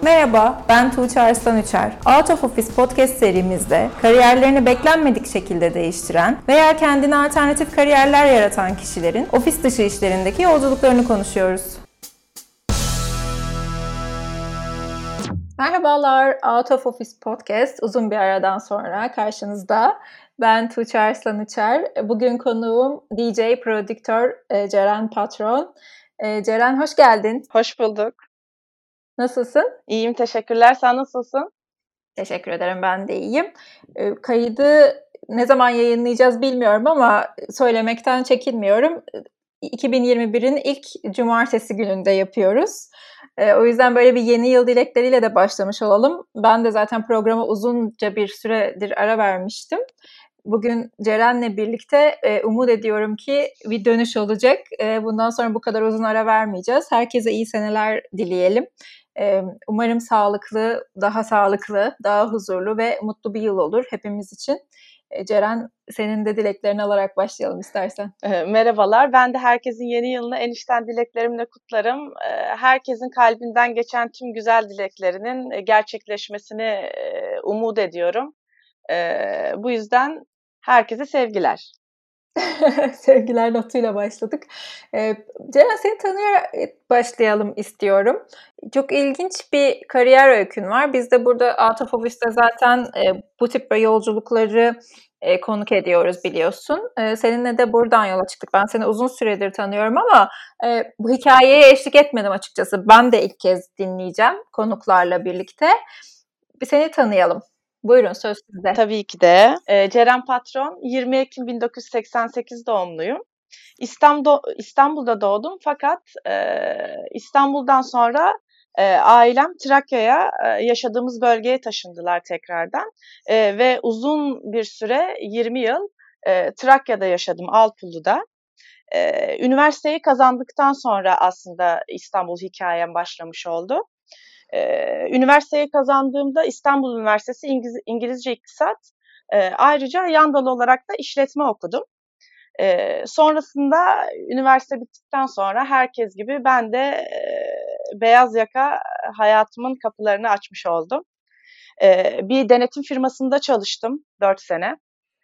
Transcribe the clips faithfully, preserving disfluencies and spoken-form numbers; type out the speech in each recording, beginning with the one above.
Merhaba, ben Tuğçe Arslan Uçar. Out of Office podcast serimizde kariyerlerini beklenmedik şekilde değiştiren veya kendine alternatif kariyerler yaratan kişilerin ofis dışı işlerindeki yolculuklarını konuşuyoruz. Merhabalar, Out of Office podcast uzun bir aradan sonra karşınızda. Ben Tuğçe Arslan Uçar. Bugün konuğum D J, prodüktör Ceren Patron. Ceren hoş geldin. Hoş bulduk. Nasılsın? İyiyim, teşekkürler. Sen nasılsın? Teşekkür ederim, ben de iyiyim. Kaydı ne zaman yayınlayacağız bilmiyorum ama söylemekten çekinmiyorum. iki bin yirmi birin ilk cumartesi gününde yapıyoruz. O yüzden böyle bir yeni yıl dilekleriyle de başlamış olalım. Ben de zaten programa uzunca bir süredir ara vermiştim. Bugün Ceren'le birlikte umut ediyorum ki bir dönüş olacak. Bundan sonra bu kadar uzun ara vermeyeceğiz. Herkese iyi seneler dileyelim. Umarım sağlıklı, daha sağlıklı, daha huzurlu ve mutlu bir yıl olur hepimiz için. Ceren, senin de dileklerini alarak başlayalım istersen. Merhabalar, ben de herkesin yeni yılını en içten dileklerimle kutlarım. Herkesin kalbinden geçen tüm güzel dileklerinin gerçekleşmesini umut ediyorum. Bu yüzden herkese sevgiler. Sevgiler notuyla başladık. Ee, Ceren, seni tanıyarak başlayalım istiyorum. Çok ilginç bir kariyer öykün var. Biz de burada Out of Office'te zaten e, bu tip yolculukları e, konuk ediyoruz biliyorsun. E, seninle de buradan yola çıktık. Ben seni uzun süredir tanıyorum ama e, bu hikayeye eşlik etmedim açıkçası. Ben de ilk kez dinleyeceğim konuklarla birlikte. Bir seni tanıyalım. Buyurun, söz sizde. Tabii ki de. E, Ceren Patron, yirmi Ekim bin dokuz yüz seksen sekiz doğumluyum. İstanbul, İstanbul'da doğdum fakat e, İstanbul'dan sonra e, ailem Trakya'ya, e, yaşadığımız bölgeye taşındılar tekrardan. E, ve uzun bir süre, yirmi yıl e, Trakya'da yaşadım, Alpulu'da. E, üniversiteyi kazandıktan sonra aslında İstanbul hikayem başlamış oldu. Ee, üniversiteyi kazandığımda İstanbul Üniversitesi İngiliz, İngilizce İktisat, e, ayrıca yan dal olarak da işletme okudum. E, sonrasında üniversite bittikten sonra herkes gibi ben de e, beyaz yaka hayatımın kapılarını açmış oldum. E, bir denetim firmasında çalıştım dört sene.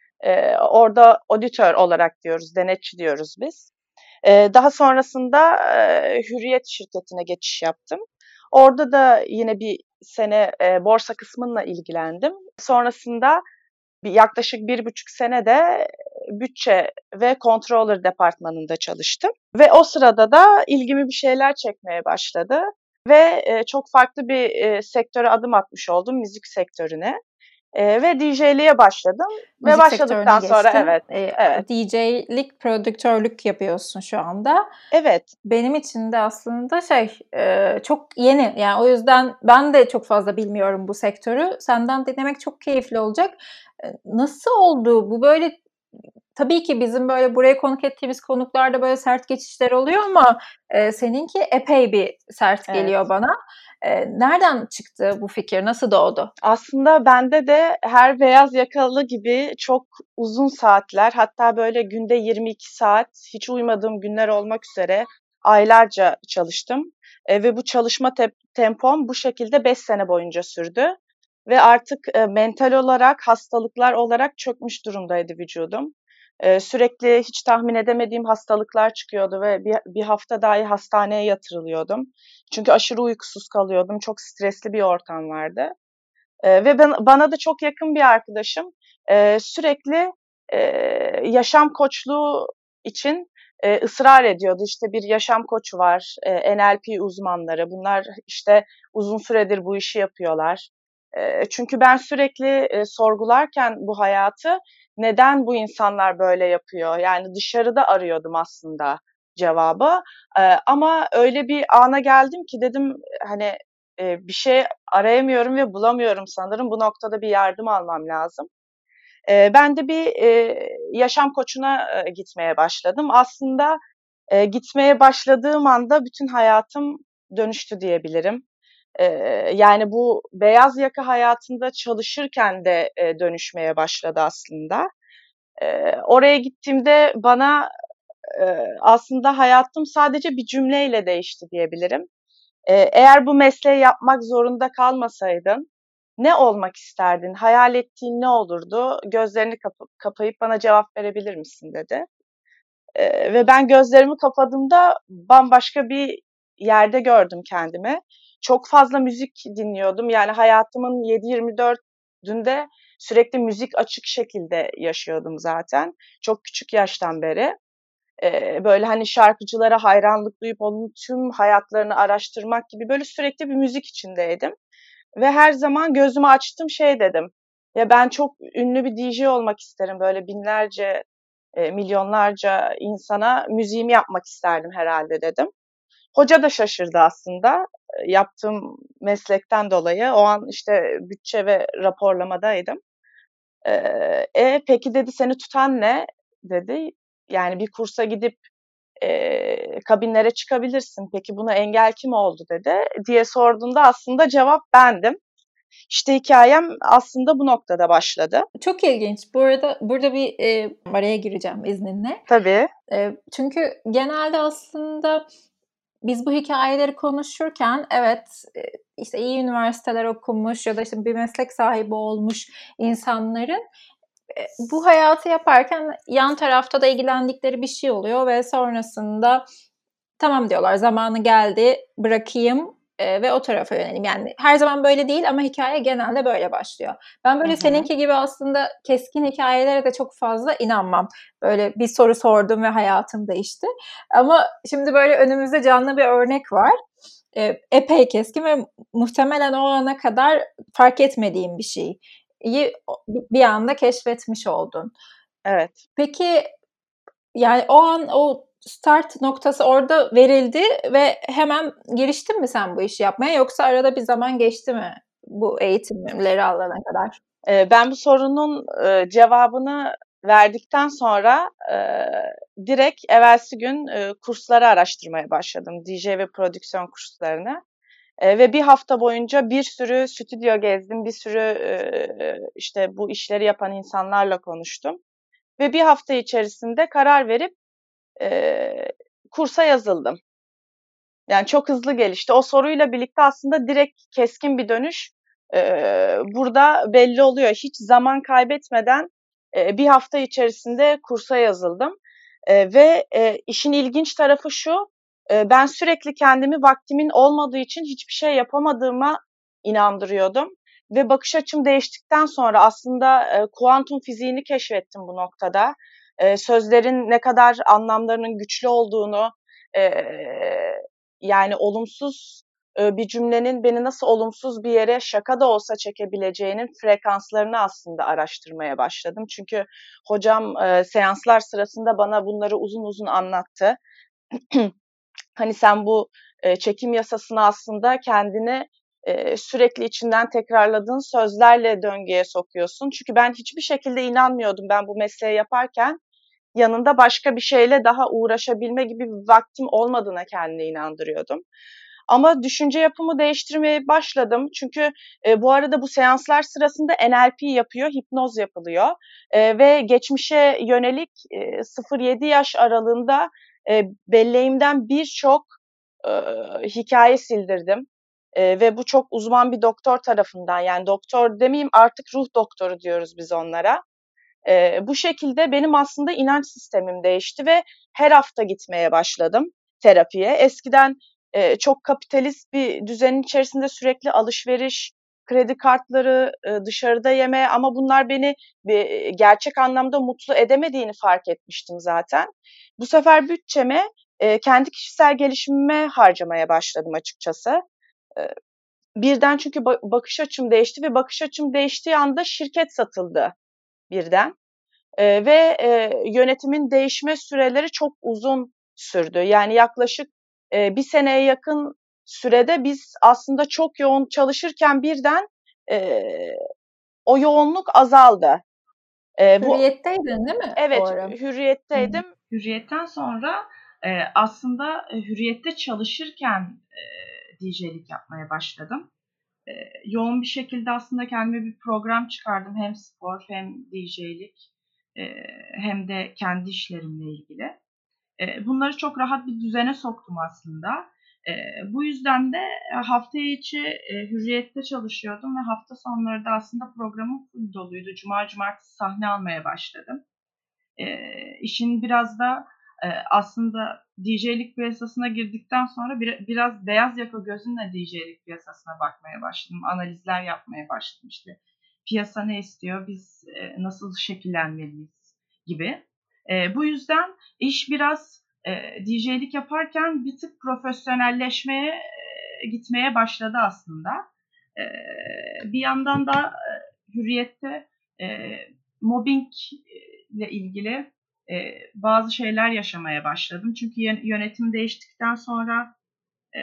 E, orada auditör olarak diyoruz, denetçi diyoruz biz. E, daha sonrasında e, Hürriyet şirketine geçiş yaptım. Orada da yine bir sene e, borsa kısmıyla ilgilendim. Sonrasında bir, yaklaşık bir buçuk sene de bütçe ve controller departmanında çalıştım. Ve o sırada da ilgimi bir şeyler çekmeye başladı. Ve e, çok farklı bir e, sektöre adım atmış oldum, müzik sektörüne. E, ve D J'liğe başladım. Müzik ve başladıktan sonra evet, ee, evet. D J'lik, prodüktörlük yapıyorsun şu anda. Evet. Benim için de aslında şey e, çok yeni. Yani o yüzden ben de çok fazla bilmiyorum bu sektörü. Senden dinlemek çok keyifli olacak. E, nasıl oldu? Bu böyle tabii ki bizim böyle buraya konuk ettiğimiz konuklarda böyle sert geçişler oluyor ama e, seninki epey bir sert Evet. geliyor bana. E, nereden çıktı bu fikir? Nasıl doğdu? Aslında bende de her beyaz yakalı gibi çok uzun saatler, hatta böyle günde yirmi iki saat hiç uyumadığım günler olmak üzere aylarca çalıştım. E, ve bu çalışma te- tempom bu şekilde beş sene boyunca sürdü. Ve artık e, mental olarak, hastalıklar olarak çökmüş durumdaydı vücudum. E, sürekli hiç tahmin edemediğim hastalıklar çıkıyordu ve bir, bir hafta dahi hastaneye yatırılıyordum. Çünkü aşırı uykusuz kalıyordum, çok stresli bir ortam vardı. Ee, ve ben, bana da çok yakın bir arkadaşım e, sürekli e, yaşam koçluğu için e, ısrar ediyordu. İşte bir yaşam koçu var, e, N L P uzmanları. Bunlar işte uzun süredir bu işi yapıyorlar. E, çünkü ben sürekli e, sorgularken bu hayatı, neden bu insanlar böyle yapıyor? Yani dışarıda arıyordum aslında cevabı. E, ama öyle bir ana geldim ki dedim, hani bir şey arayamıyorum ve bulamıyorum sanırım. Bu noktada bir yardım almam lazım. Ben de bir yaşam koçuna gitmeye başladım. Aslında gitmeye başladığım anda bütün hayatım dönüştü diyebilirim. Yani bu beyaz yaka hayatında çalışırken de dönüşmeye başladı aslında. Oraya gittiğimde bana aslında hayatım sadece bir cümleyle değişti diyebilirim. Ee, eğer bu mesleği yapmak zorunda kalmasaydın ne olmak isterdin? Hayal ettiğin ne olurdu? Gözlerini kapa- kapayıp bana cevap verebilir misin dedi. Ee, ve ben gözlerimi kapadığımda bambaşka bir yerde gördüm kendimi. Çok fazla müzik dinliyordum. Yani hayatımın yedi yirmi dördünde sürekli müzik açık şekilde yaşıyordum zaten. Çok küçük yaştan beri. Ee, böyle hani şarkıcılara hayranlık duyup onun tüm hayatlarını araştırmak gibi böyle sürekli bir müzik içindeydim. Ve her zaman gözümü açtım şey dedim. Ya ben çok ünlü bir D J olmak isterim. Böyle binlerce, e, milyonlarca insana müziğimi yapmak isterdim herhalde dedim. Hoca da şaşırdı aslında e, yaptığım meslekten dolayı. O an işte bütçe ve raporlamadaydım. E, e peki dedi seni tutan ne dedi. Yani bir kursa gidip e, kabinlere çıkabilirsin. Peki buna engel kim oldu dedi diye sorduğunda aslında cevap bendim. İşte hikayem aslında bu noktada başladı. Çok ilginç. Bu arada burada bir e, araya gireceğim izninle. Tabii. E, çünkü genelde aslında biz bu hikayeleri konuşurken evet e, işte iyi üniversiteler okumuş ya da işte bir meslek sahibi olmuş insanların e, bu hayatı yaparken yan tarafta da ilgilendikleri bir şey oluyor ve sonrasında tamam diyorlar zamanı geldi bırakayım e, ve o tarafa yöneleyim. Yani her zaman böyle değil ama hikaye genelde böyle başlıyor. Ben Hı böyle hı. seninki gibi aslında keskin hikayelere de çok fazla inanmam. Böyle bir soru sordum ve hayatım değişti. Ama şimdi böyle önümüzde canlı bir örnek var. E, epey keskin ve muhtemelen o ana kadar fark etmediğim bir şeyi bir anda keşfetmiş oldun. Evet. Peki yani o an o start noktası orada verildi ve hemen giriştin mi sen bu işi yapmaya yoksa arada bir zaman geçti mi bu eğitimleri alana kadar? Eee, ben bu sorunun, eee, cevabını verdikten sonra, eee, direkt evvelsi gün, eee, kursları araştırmaya başladım. D J ve prodüksiyon kurslarını. Eee, ve bir hafta boyunca bir sürü stüdyo gezdim. Bir sürü, eee, işte, bu işleri yapan insanlarla konuştum ve bir hafta içerisinde karar verip, eee, kursa yazıldım. Yani çok hızlı gelişti. O soruyla birlikte aslında direkt keskin bir dönüş eee, burada belli oluyor. Hiç zaman kaybetmeden eee, bir hafta içerisinde kursa yazıldım. Eee, ve eee, işin ilginç tarafı şu, eee, ben sürekli kendimi vaktimin olmadığı için hiçbir şey yapamadığıma inandırıyordum. Ve bakış açım değiştikten sonra aslında eee, kuantum fiziğini keşfettim bu noktada. Eee, sözlerin ne kadar anlamlarının güçlü olduğunu, eee yani olumsuz e, bir cümlenin beni nasıl olumsuz bir yere şaka da olsa çekebileceğinin frekanslarını aslında araştırmaya başladım. Çünkü hocam e, seanslar sırasında bana bunları uzun uzun anlattı. Hani sen bu e, çekim yasasını aslında kendini e, sürekli içinden tekrarladığın sözlerle döngüye sokuyorsun. Çünkü ben hiçbir şekilde inanmıyordum ben bu mesleği yaparken yanında başka bir şeyle daha uğraşabilme gibi bir vaktim olmadığına kendine inandırıyordum. Ama düşünce yapımı değiştirmeye başladım. Çünkü e, bu arada bu seanslar sırasında N L P yapıyor, hipnoz yapılıyor. E, ve geçmişe yönelik e, sıfır yedi yaş aralığında e, belleğimden birçok e, hikaye sildirdim. E, ve bu çok uzman bir doktor tarafından, yani doktor demeyeyim artık ruh doktoru diyoruz biz onlara. Eee, bu şekilde benim aslında inanç sistemim değişti ve her hafta gitmeye başladım terapiye. Eskiden eee, çok kapitalist bir düzenin içerisinde sürekli alışveriş, kredi kartları, ııı, dışarıda yeme ama bunlar beni bir gerçek anlamda mutlu edemediğini fark etmiştim zaten. Bu sefer bütçemi eee, kendi kişisel gelişimime harcamaya başladım açıkçası. Eee, birden çünkü ba bakış açım değişti ve bakış açım değiştiği anda şirket satıldı birden. Eee, ve eee, yönetimin değişme süreleri çok uzun sürdü. Yani yaklaşık eee, bir seneye yakın sürede biz aslında çok yoğun çalışırken birden eee, o yoğunluk azaldı. Eee, bu Hürriyetteydin değil mi o evet ara? Hı. hürriyetteydim. Hürriyetten sonra eee, aslında e, hürriyette çalışırken eee D J'lik yapmaya başladım. Eee, yoğun bir şekilde aslında kendime bir program çıkardım. Hem spor hem D J'lik eee, hem de kendi işlerimle ilgili. Eee, bunları çok rahat bir düzene soktum aslında. E, bu yüzden de hafta içi e, Hürriyet'te çalışıyordum ve hafta sonları da aslında programım full doluydu. Cuma, cumartesi sahne almaya başladım. E, işin biraz da e, aslında D J'lik piyasasına girdikten sonra bir, biraz beyaz yaka gözünle D J'lik piyasasına bakmaya başladım. Analizler yapmaya başladım işte. Piyasa ne istiyor, biz e, nasıl şekillenmeliyiz gibi. E, bu yüzden iş biraz e, D J'lik yaparken bir tık profesyonelleşmeye e, gitmeye başladı aslında. E, bir yandan da e, Hürriyet'te e, mobbing ile ilgili e, bazı şeyler yaşamaya başladım. Çünkü yönetim değiştikten sonra e,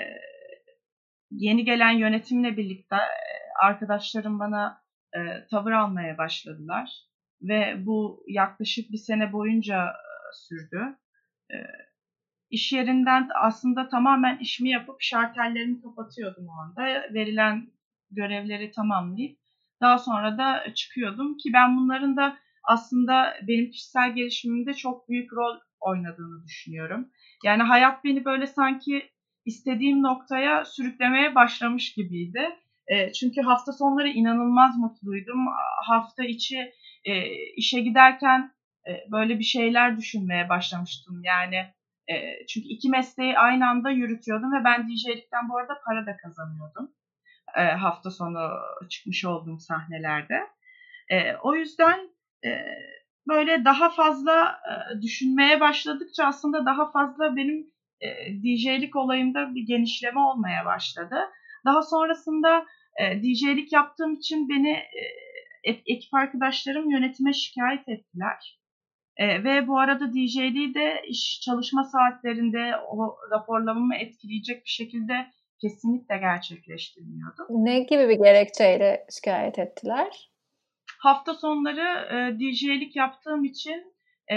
yeni gelen yönetimle birlikte e, arkadaşlarım bana e, tavır almaya başladılar. Ve bu yaklaşık bir sene boyunca e, sürdü. E, iş yerinden aslında tamamen işimi yapıp şartellerimi kapatıyordum o anda. Verilen görevleri tamamlayıp daha sonra da çıkıyordum ki ben bunların da aslında benim kişisel gelişimimde çok büyük rol oynadığını düşünüyorum. Yani hayat beni böyle sanki istediğim noktaya sürüklemeye başlamış gibiydi. E, çünkü hafta sonları inanılmaz mutluydum. Hafta içi e, işe giderken e, böyle bir şeyler düşünmeye başlamıştım. Yani e, çünkü iki mesleği aynı anda yürütüyordum ve ben D J'likten bu arada para da kazanıyordum. E, hafta sonu çıkmış olduğum sahnelerde. E, o yüzden e, böyle daha fazla e, düşünmeye başladıkça aslında daha fazla benim e, D J'lik olayımda bir genişleme olmaya başladı. Daha sonrasında e, D J'lik yaptığım için beni e, ekip arkadaşlarım yönetime şikayet ettiler. E, ve bu arada D J'liği de iş çalışma saatlerinde o raporlamamı etkileyecek bir şekilde kesinlikle gerçekleştirmiyordum. Ne gibi bir gerekçeyle şikayet ettiler? Hafta sonları e, D J'lik yaptığım için e,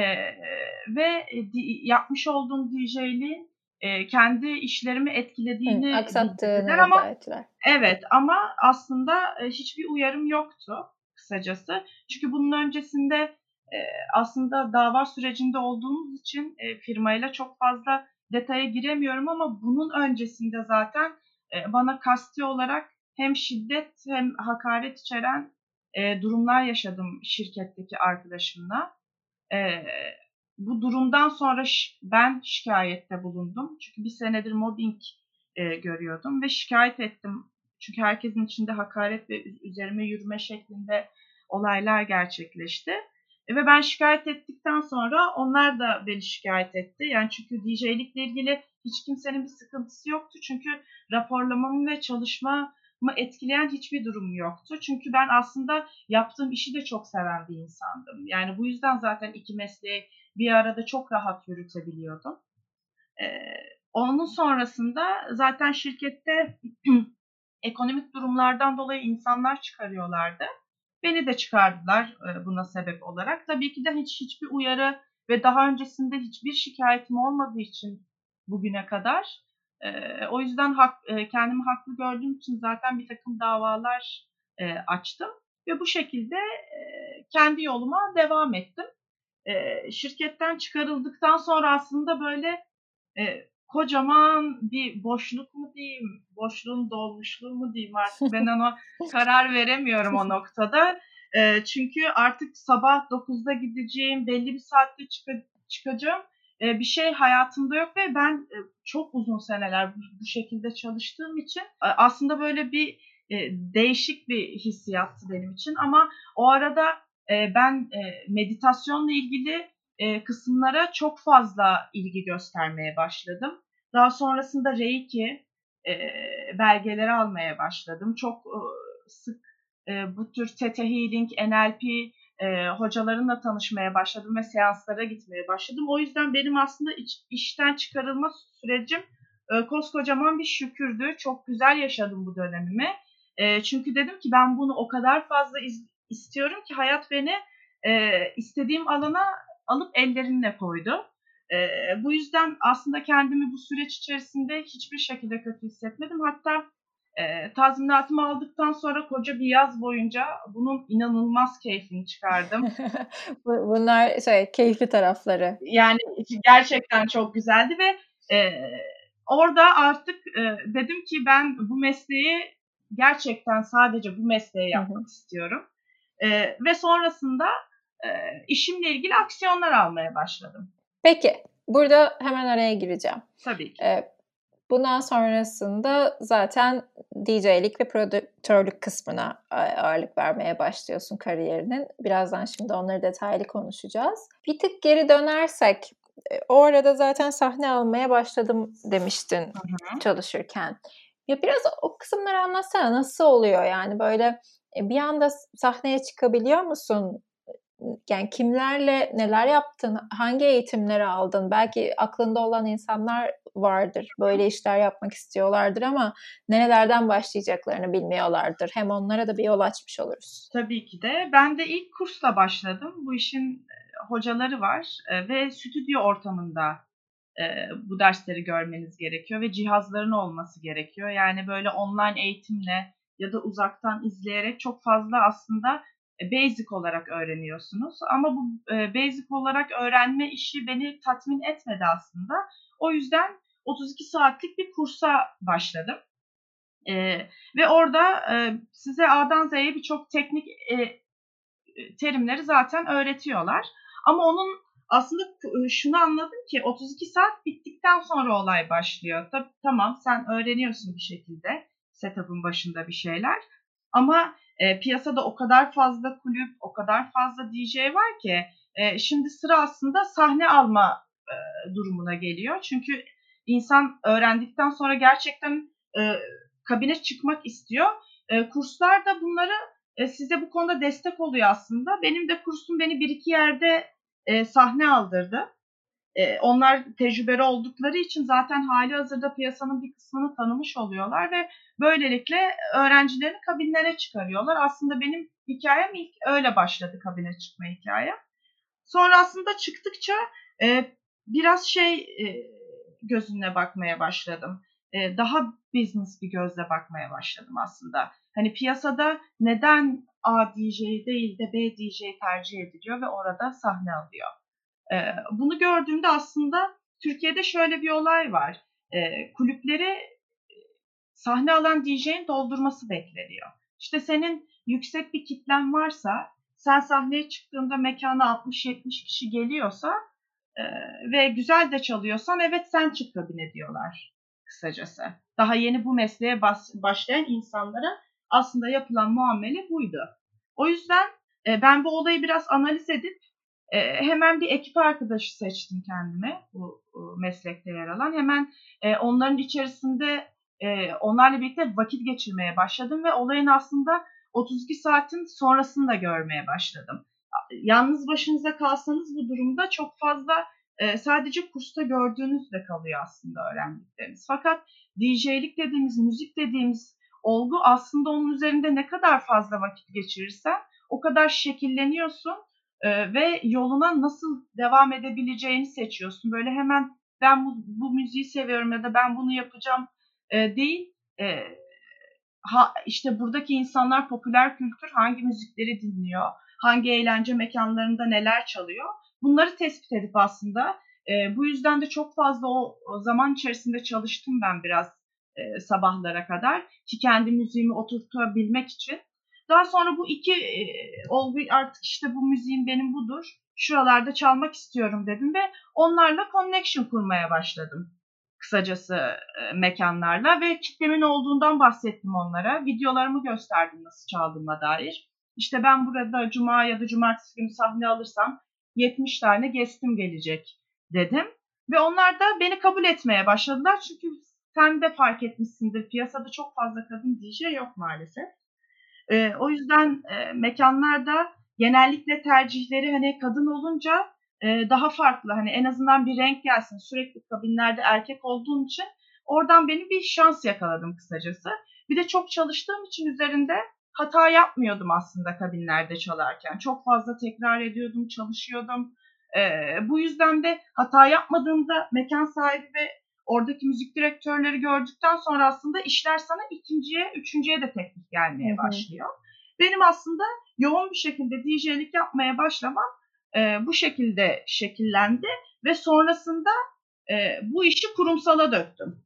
ve d, yapmış olduğum D J'liğin e, kendi işlerimi etkilediğini Hı, aksattığını ama iddia ettiler. Evet ama aslında e, hiçbir uyarım yoktu kısacası. Çünkü bunun öncesinde e, aslında dava sürecinde olduğumuz için e, firmayla çok fazla detaya giremiyorum ama bunun öncesinde zaten e, bana kasti olarak hem şiddet hem hakaret içeren e, durumlar yaşadım şirketteki arkadaşımla. E, bu durumdan sonra ş- ben şikayette bulundum. Çünkü bir senedir mobbing e, görüyordum ve şikayet ettim. Çünkü herkesin içinde hakaret ve üzerime yürüme şeklinde olaylar gerçekleşti. E, ve ben şikayet ettikten sonra onlar da beni şikayet etti. Yani çünkü D J'likle ilgili hiç kimsenin bir sıkıntısı yoktu. Çünkü raporlamamı ve çalışmamı etkileyen hiçbir durum yoktu. Çünkü ben aslında yaptığım işi de çok seven bir insandım. Yani bu yüzden zaten iki mesleği bir arada çok rahat yürütebiliyordum. Ee, onun sonrasında zaten şirkette ekonomik durumlardan dolayı insanlar çıkarıyorlardı. Beni de çıkardılar buna sebep olarak. Tabii ki de hiç hiçbir uyarı ve daha öncesinde hiçbir şikayetim olmadığı için bugüne kadar. E, o yüzden hak, e, kendimi haklı gördüğüm için zaten bir takım davalar e, açtım. Ve bu şekilde e, kendi yoluma devam ettim. E, şirketten çıkarıldıktan sonra aslında böyle e, kocaman bir boşluk mu diyeyim, boşluğun dolmuşluğu mu diyeyim artık ben ona karar veremiyorum o noktada. E, çünkü artık sabah dokuzda gideceğim, belli bir saatte çık- çıkacağım e, bir şey hayatımda yok ve ben e, çok uzun seneler bu, bu şekilde çalıştığım için e, aslında böyle bir e, değişik bir hissiyattı benim için ama o arada e, ben e, meditasyonla ilgili e, kısımlara çok fazla ilgi göstermeye başladım. Daha sonrasında Reiki e, belgeleri almaya başladım. Çok e, sık e, bu tür Theta Healing, N L P e, hocalarımla tanışmaya başladım ve seanslara gitmeye başladım. O yüzden benim aslında iç, işten çıkarılma sürecim e, koskocaman bir şükürdü. Çok güzel yaşadım bu dönemimi. E, çünkü dedim ki ben bunu o kadar fazla iz, istiyorum ki hayat beni e, istediğim alana alıp ellerinle koydu. E, bu yüzden aslında kendimi bu süreç içerisinde hiçbir şekilde kötü hissetmedim. Hatta e, tazminatımı aldıktan sonra koca bir yaz boyunca bunun inanılmaz keyfini çıkardım. Bunlar şey keyifli tarafları. Yani gerçekten çok güzeldi ve e, orada artık e, dedim ki ben bu mesleği gerçekten sadece bu mesleği yapmak hı hı. istiyorum. E, ve sonrasında e, işimle ilgili aksiyonlar almaya başladım. Peki, burada hemen araya gireceğim. Tabii ki. E, bundan sonrasında zaten D J'lik ve prodüktörlük kısmına ağırlık vermeye başlıyorsun kariyerinin. Birazdan şimdi onları detaylı konuşacağız. Bir tık geri dönersek, o arada zaten sahne almaya başladım demiştin hı hı. çalışırken. Ya biraz o kısımları anlatsana, nasıl oluyor yani böyle bir anda sahneye çıkabiliyor musun? Yani kimlerle neler yaptın, hangi eğitimleri aldın? Belki aklında olan insanlar vardır, böyle işler yapmak istiyorlardır ama nerelerden başlayacaklarını bilmiyorlardır. Hem onlara da bir yol açmış oluruz. Tabii ki de. Ben de ilk kursla başladım. Bu işin hocaları var ve stüdyo ortamında bu dersleri görmeniz gerekiyor ve cihazların olması gerekiyor. Yani böyle online eğitimle ya da uzaktan izleyerek çok fazla aslında basic olarak öğreniyorsunuz. Ama bu basic olarak öğrenme işi beni tatmin etmedi aslında. O yüzden otuz iki saatlik bir kursa başladım. Ee, ve orada e, size A'dan Z'ye birçok teknik e, terimleri zaten öğretiyorlar. Ama onun aslında şunu anladım ki otuz iki saat bittikten sonra olay başlıyor. Tabii, tamam sen öğreniyorsun bir şekilde setup'ın başında bir şeyler. Ama e, piyasada o kadar fazla kulüp, o kadar fazla D J var ki e, şimdi sıra aslında sahne alma e, durumuna geliyor. Çünkü insan öğrendikten sonra gerçekten e, kabine çıkmak istiyor. E, kurslar da bunları e, size bu konuda destek oluyor aslında. Benim de kursum beni bir iki yerde e, sahne aldırdı. E, onlar tecrübeli oldukları için zaten hali hazırda piyasanın bir kısmını tanımış oluyorlar ve böylelikle öğrencilerini kabinlere çıkarıyorlar. Aslında benim hikayem ilk öyle başladı, kabine çıkma hikayem. Sonra aslında çıktıkça e, biraz şey e, gözüne bakmaya başladım. E, daha business bir gözle bakmaya başladım aslında. Hani piyasada neden A D J değil de B D J tercih ediliyor ve orada sahne alıyor. E, bunu gördüğümde aslında Türkiye'de şöyle bir olay var. E, kulüpleri sahne alan D J'in doldurması bekleniyor. İşte senin yüksek bir kitlen varsa, sen sahneye çıktığında mekana altmış yetmiş kişi geliyorsa e, ve güzel de çalıyorsan evet sen çık kabine diyorlar kısacası. Daha yeni bu mesleğe bas, başlayan insanlara aslında yapılan muamele buydu. O yüzden e, ben bu olayı biraz analiz edip e, hemen bir ekip arkadaşı seçtim kendime bu, bu meslekte yer alan. Hemen e, onların içerisinde e, onlarla birlikte vakit geçirmeye başladım ve olayın aslında otuz iki saatin sonrasını da görmeye başladım. Yalnız başınıza kalsanız bu durumda çok fazla e, sadece kursta gördüğünüzle kalıyor aslında öğrendikleriniz. Fakat D J'lik dediğimiz, müzik dediğimiz olgu aslında onun üzerinde ne kadar fazla vakit geçirirsen o kadar şekilleniyorsun e, ve yoluna nasıl devam edebileceğini seçiyorsun. Böyle hemen ben bu, bu müziği seviyorum ya da ben bunu yapacağım e, değil. E, ha, işte buradaki insanlar popüler kültür hangi müzikleri dinliyor, hangi eğlence mekanlarında neler çalıyor. Bunları tespit edip aslında e, bu yüzden de çok fazla o, o zaman içerisinde çalıştım ben biraz e, sabahlara kadar ki kendi müziğimi oturtabilmek için. Daha sonra bu iki e, olgu artık işte bu müziğim benim budur, şuralarda çalmak istiyorum dedim ve onlarla connection kurmaya başladım. Kısacası e, mekanlarla ve kitlemin olduğundan bahsettim onlara. Videolarımı gösterdim nasıl çaldığıma dair. İşte ben burada cuma ya da cumartesi günü sahne alırsam yetmiş tane guest'im gelecek dedim. Ve onlar da beni kabul etmeye başladılar. Çünkü sen de fark etmişsindir, piyasada çok fazla kadın D J yok maalesef. E, o yüzden e, mekanlarda genellikle tercihleri hani kadın olunca e, daha farklı. Hani en azından bir renk gelsin. Sürekli kabinlerde erkek olduğum için oradan benim bir şans yakaladım kısacası. Bir de çok çalıştığım için üzerinde hata yapmıyordum aslında kabinlerde çalarken. Çok fazla tekrar ediyordum, çalışıyordum. E, bu yüzden de hata yapmadığımda mekan sahibi ve oradaki müzik direktörleri gördükten sonra aslında işler sana ikinciye, üçüncüye de teklif gelmeye başlıyor. Benim aslında yoğun bir şekilde D J'lik yapmaya başlamam e, bu şekilde şekillendi ve sonrasında e, bu işi kurumsala döktüm.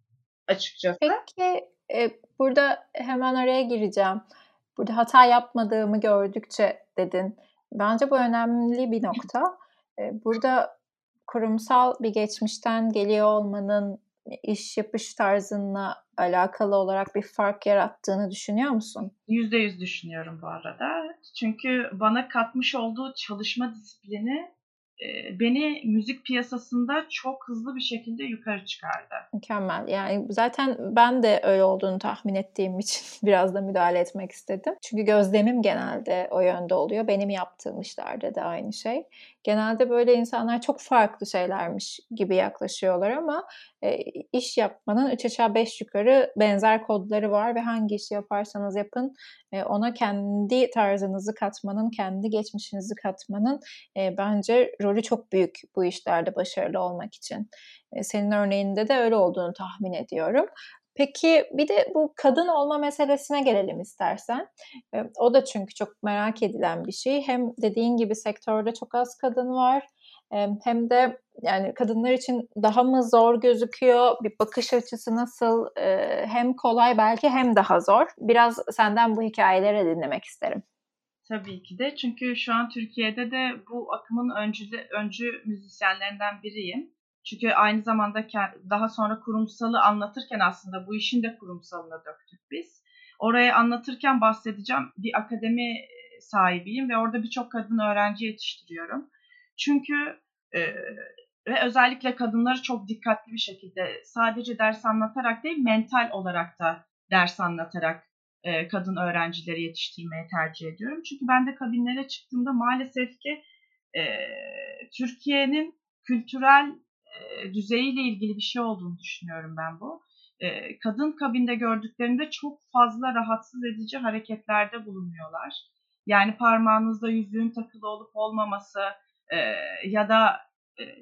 açıkçası. Peki, eee, burada hemen araya gireceğim. Burada hata yapmadığımı gördükçe dedin. Bence bu önemli bir nokta. Eee, burada kurumsal bir geçmişten geliyor olmanın iş yapış tarzınla alakalı olarak bir fark yarattığını düşünüyor musun? yüzde yüz düşünüyorum bu arada. Çünkü bana katmış olduğu çalışma disiplini, eee, beni müzik piyasasında çok hızlı bir şekilde yukarı çıkardı. Mükemmel. Yani, zaten ben de öyle olduğunu tahmin ettiğim için biraz da müdahale etmek istedim. Çünkü gözlemim genelde o yönde oluyor. Benim yaptığım işlerde de aynı şey. Genelde böyle insanlar çok farklı şeylermiş gibi yaklaşıyorlar ama, eee, iş yapmanın üç aşağı beş yukarı benzer kodları var ve hangi işi yaparsanız yapın, eee, ona kendi tarzınızı katmanın, kendi geçmişinizi katmanın, eee, bence rolü çok büyük bu işlerde başarılı olmak için. Eee, senin örneğinde de öyle olduğunu tahmin ediyorum. Peki, bir de bu kadın olma meselesine gelelim istersen. Eee, o da çünkü çok merak edilen bir şey. Hem dediğin gibi sektörde çok az kadın var, emm, hem de, yani, kadınlar için daha mı zor gözüküyor? Bir bakış açısı nasıl? Eee, hem kolay belki hem daha zor. Biraz senden bu hikâyeleri dinlemek isterim. Tabii ki de. Çünkü şu an Türkiye'de de bu akımın öncülü öncü müzisyenlerinden biriyim. Çünkü aynı zamanda ke daha sonra kurumsalı anlatırken aslında bu işin de kurumsalına döktük biz. Orayı anlatırken bahsedeceğim. Bir akademi, eee, sahibiyim ve orada birçok kadın öğrenci yetiştiriyorum. Çünkü, eee, ve özellikle kadınları çok dikkatli bir şekilde sadece ders anlatarak değil, mental olarak da ders anlatarak eee, kadın öğrencileri yetiştirmeyi tercih ediyorum. Çünkü ben de kabinlere çıktığımda maalesef ki eee, Türkiye'nin kültürel eee, düzeyiyle ilgili bir şey olduğunu düşünüyorum ben bu. Eee, kadın kabinde gördüklerinde çok fazla rahatsız edici hareketlerde bulunuyorlar. Yani parmağınızda yüzüğün takılı olup olmaması eee, ya da eee,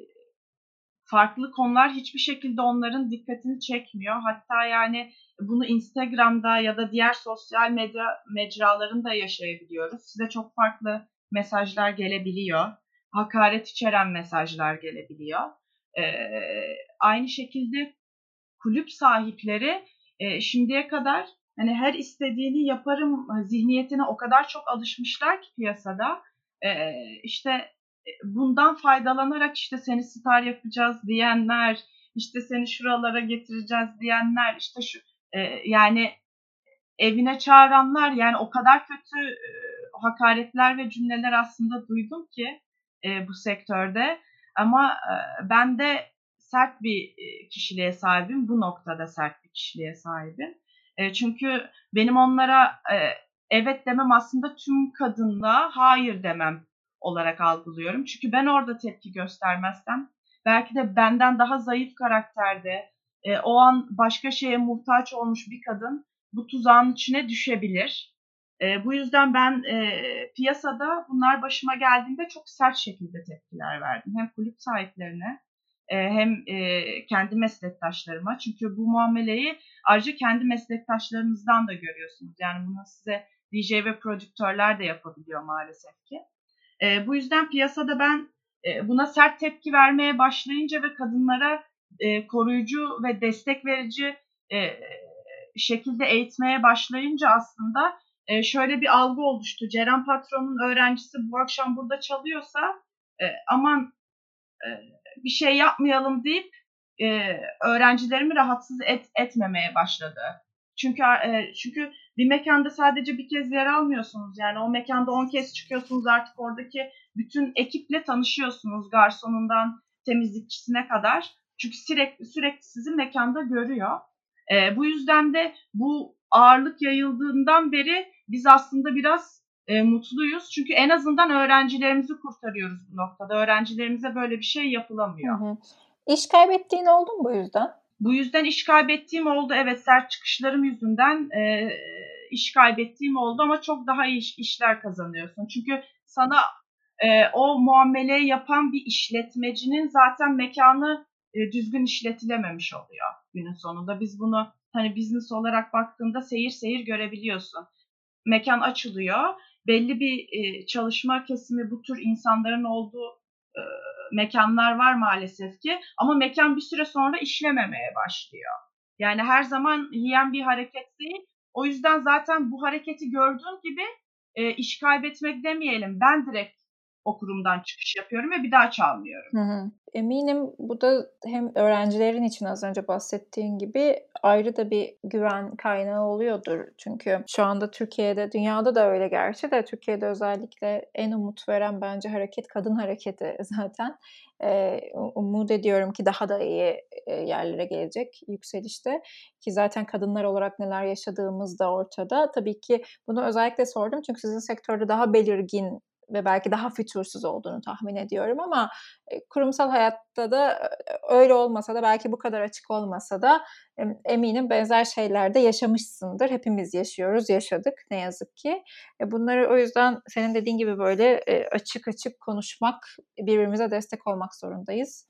farklı konular hiçbir şekilde onların dikkatini çekmiyor. Hatta yani bunu Instagram'da ya da diğer sosyal medya mecralarında yaşayabiliyoruz. Size çok farklı mesajlar gelebiliyor. Hakaret içeren mesajlar gelebiliyor. Ee, aynı şekilde kulüp sahipleri e, şimdiye kadar hani her istediğini yaparım zihniyetine o kadar çok alışmışlar ki piyasada. E, işte e, bundan faydalanarak işte seni star yapacağız diyenler, işte seni şuralara getireceğiz diyenler, işte şu e, yani evine çağıranlar yani o kadar kötü e, hakaretler ve cümleler aslında duydum ki e, bu sektörde. Ama e, ben de sert bir e, kişiliğe sahibim. Bu noktada sert bir kişiliğe sahibim. E, çünkü benim onlara e, evet demem aslında tüm kadınlığa hayır demem olarak algılıyorum. Çünkü ben orada tepki göstermezsem belki de benden daha zayıf karakterde e, o an başka şeye muhtaç olmuş bir kadın bu tuzağın içine düşebilir. E, bu yüzden ben e, piyasada bunlar başıma geldiğinde çok sert şekilde tepkiler verdim. Hem kulüp sahiplerine e, hem e, kendi meslektaşlarıma. Çünkü bu muameleyi ayrıca kendi meslektaşlarınızdan da görüyorsunuz. Yani bunu size D J ve prodüktörler de yapabiliyor maalesef ki. E, bu yüzden piyasada ben e, buna sert tepki vermeye başlayınca ve kadınlara e, koruyucu ve destek verici e, şekilde eğitmeye başlayınca aslında e, şöyle bir algı oluştu. Ceren patronun öğrencisi bu akşam burada çalıyorsa e, aman e, bir şey yapmayalım deyip e, öğrencilerimi rahatsız et, etmemeye başladı. Çünkü e, çünkü bir mekanda sadece bir kez yer almıyorsunuz. Yani o mekanda on kez çıkıyorsunuz, artık oradaki bütün ekiple tanışıyorsunuz, garsonundan temizlikçisine kadar. Çünkü sürekli sürekli sizi mekanda görüyor. E, bu yüzden de bu ağırlık yayıldığından beri biz aslında biraz e, mutluyuz. Çünkü en azından öğrencilerimizi kurtarıyoruz bu noktada. Öğrencilerimize böyle bir şey Hı yapılamıyor. hı. İş kaybettiğin oldu mu bu yüzden? Bu yüzden iş kaybettiğim oldu. Evet, sert çıkışlarım yüzünden e, iş kaybettiğim oldu ama çok daha iyi iş, işler kazanıyorsun. Çünkü sana e, o muameleyi yapan bir işletmecinin zaten mekanı e, düzgün işletilememiş oluyor günün sonunda. Biz bunu hani business olarak baktığında seyir seyir görebiliyorsun. Mekan açılıyor. Belli bir e, çalışma kesimi bu tür insanların olduğu e, mekanlar var maalesef ki. Ama mekan bir süre sonra işlememeye başlıyor. Yani her zaman yiyen bir hareket değil. O yüzden zaten bu hareketi gördüğüm gibi e, iş kaybetmek demeyelim. Ben direkt o kurumdan çıkış yapıyorum ve bir daha çalmıyorum. Hı hı. Eminim bu da hem öğrencilerin için az önce bahsettiğin gibi ayrı da bir güven kaynağı oluyordur. Çünkü şu anda Türkiye'de, dünyada da öyle gerçi de Türkiye'de özellikle en umut veren bence hareket kadın hareketi zaten. Eee, umut ediyorum ki daha da iyi eee, yerlere gelecek yükselişte. Ki zaten kadınlar olarak neler yaşadığımız da ortada. Tabii ki bunu özellikle sordum çünkü sizin sektörde daha belirgin ve belki daha fütursuz olduğunu tahmin ediyorum ama e, kurumsal hayatta da öyle olmasa da belki bu kadar açık olmasa da eminim benzer şeyler de yaşamışsındır. Hepimiz yaşıyoruz, yaşadık ne yazık ki. Bunları o yüzden senin dediğin gibi böyle açık açık konuşmak, birbirimize destek olmak zorundayız.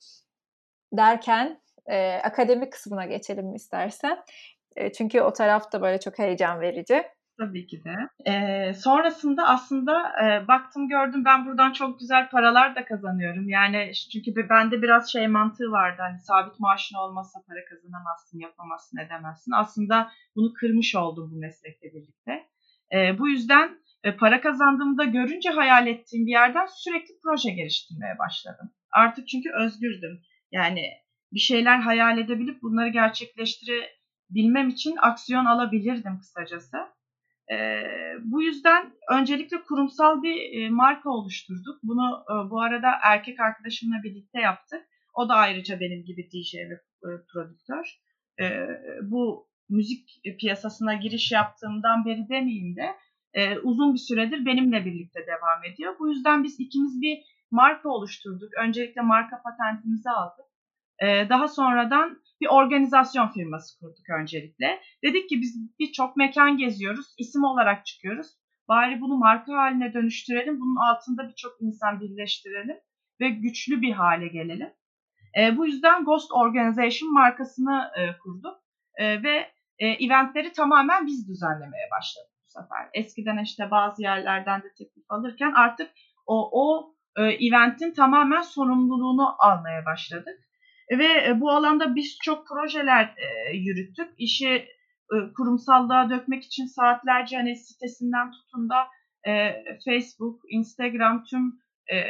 Derken e, akademi kısmına geçelim istersen. E, çünkü o taraf da böyle çok heyecan verici. Tabii ki de. Ee, sonrasında aslında e, baktım gördüm ben buradan çok güzel paralar da kazanıyorum. Yani çünkü bende biraz şey mantığı vardı. Hani sabit maaşın olmazsa para kazanamazsın, yapamazsın, edemezsin. Aslında bunu kırmış oldum bu meslekle birlikte. E, bu yüzden e, para kazandığımda görünce hayal ettiğim bir yerden sürekli proje geliştirmeye başladım. Artık çünkü özgürdüm. Yani bir şeyler hayal edebilip bunları gerçekleştirebilmem için aksiyon alabilirdim kısacası. E, bu yüzden öncelikle kurumsal bir e, marka oluşturduk. Bunu e, bu arada erkek arkadaşımla birlikte yaptık. O da ayrıca benim gibi D J ve e, prodüktör. E, bu müzik piyasasına giriş yaptığımdan beri demeyeyim de e, uzun bir süredir benimle birlikte devam ediyor. Bu yüzden biz ikimiz bir marka oluşturduk. Öncelikle marka patentimizi aldık. Daha sonradan bir organizasyon firması kurduk öncelikle. Dedik ki biz birçok mekan geziyoruz, isim olarak çıkıyoruz. Bari bunu marka haline dönüştürelim, bunun altında birçok insan birleştirelim ve güçlü bir hale gelelim. E, bu yüzden Ghost Organization markasını e, kurduk e, ve e, eventleri tamamen biz düzenlemeye başladık bu sefer. Eskiden işte bazı yerlerden de teklif alırken artık o, o e, eventin tamamen sorumluluğunu almaya başladık. Ve bu alanda biz çok projeler e, yürüttük. İşi e, kurumsallığa dökmek için saatlerce hani sitesinden tutun da e, Facebook, Instagram tüm e,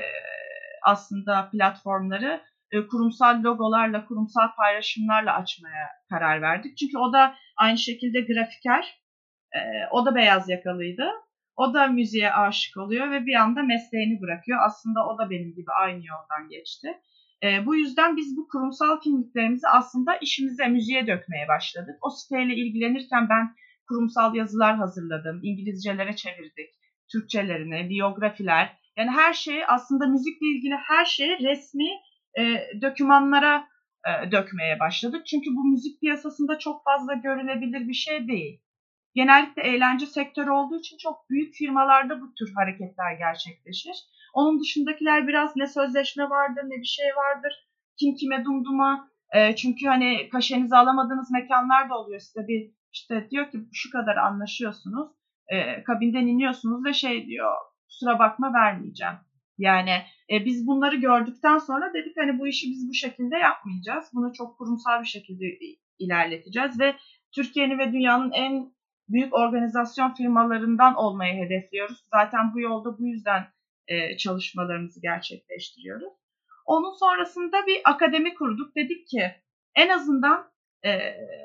aslında platformları e, kurumsal logolarla, kurumsal paylaşımlarla açmaya karar verdik. Çünkü o da aynı şekilde grafiker, e, o da beyaz yakalıydı. O da müziğe aşık oluyor ve bir anda mesleğini bırakıyor. Aslında o da benim gibi aynı yoldan geçti. E, bu yüzden biz bu kurumsal kimliklerimizi aslında işimize, müziğe dökmeye başladık. O siteyle ilgilenirken ben kurumsal yazılar hazırladım, İngilizcelere çevirdik, Türkçelerini, biyografiler. Yani her şeyi aslında müzikle ilgili her şeyi resmi e, dokümanlara e, dökmeye başladık. Çünkü bu müzik piyasasında çok fazla görülebilir bir şey değil. Genellikle eğlence sektörü olduğu için çok büyük firmalarda bu tür hareketler gerçekleşir. Onun dışındakiler biraz ne sözleşme vardır ne bir şey vardır. Kim kime dumduma. E, çünkü hani kaşenizi alamadığınız mekanlar da oluyor. Size bir işte diyor ki şu kadar anlaşıyorsunuz. E, kabinden iniyorsunuz ve şey diyor kusura bakma vermeyeceğim. Yani e, biz bunları gördükten sonra dedik hani bu işi biz bu şekilde yapmayacağız. Bunu çok kurumsal bir şekilde ilerleteceğiz ve Türkiye'nin ve dünyanın en büyük organizasyon firmalarından olmayı hedefliyoruz. Zaten bu yolda bu yüzden e, çalışmalarımızı gerçekleştiriyoruz. Onun sonrasında bir akademi kurduk. Dedik ki en azından e,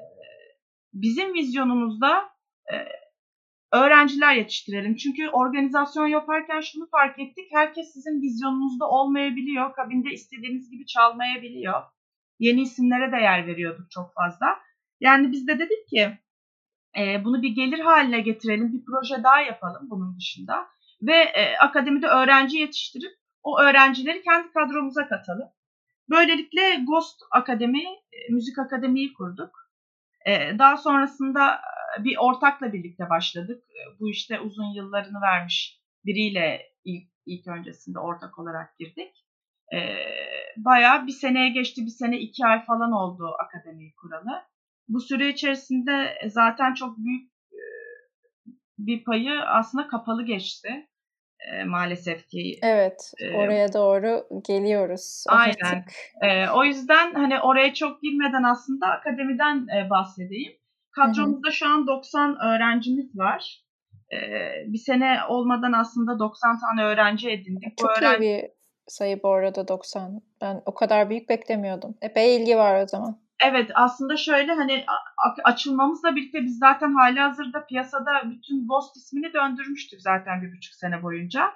bizim vizyonumuzda e, öğrenciler yetiştirelim. Çünkü organizasyon yaparken şunu fark ettik. Herkes sizin vizyonunuzda olmayabiliyor. Kabinde istediğiniz gibi çalmayabiliyor. Yeni isimlere de yer veriyorduk çok fazla. Yani biz de dedik ki e, bunu bir gelir haline getirelim. Bir proje daha yapalım bunun dışında. Ve e, akademide öğrenci yetiştirip o öğrencileri kendi kadromuza katalım. Böylelikle Ghost Akademi, e, Müzik Akademi'yi kurduk. E, daha sonrasında bir ortakla birlikte başladık. Bu işte uzun yıllarını vermiş biriyle ilk, ilk öncesinde ortak olarak girdik. Ee, bayağı bir seneye geçti, bir sene iki ay falan oldu akademiyi kuralı. Bu süre içerisinde zaten çok büyük bir payı aslında kapalı geçti. e, maalesef ki. Evet, e, oraya doğru geliyoruz Aynen. artık. E, o yüzden hani oraya çok girmeden aslında akademiden e, bahsedeyim. Hı hı. Kadromuzda şu an doksan öğrencimiz var. E, bir sene olmadan aslında doksan tane öğrenci edindik. Bu Çok iyi öğren- bir sayı bu arada doksan. Ben o kadar büyük beklemiyordum. Epey ilgi var o zaman. Evet, aslında şöyle hani a- açılmamızla birlikte biz zaten halihazırda piyasada bütün Ghost ismini döndürmüştük zaten bir buçuk sene boyunca.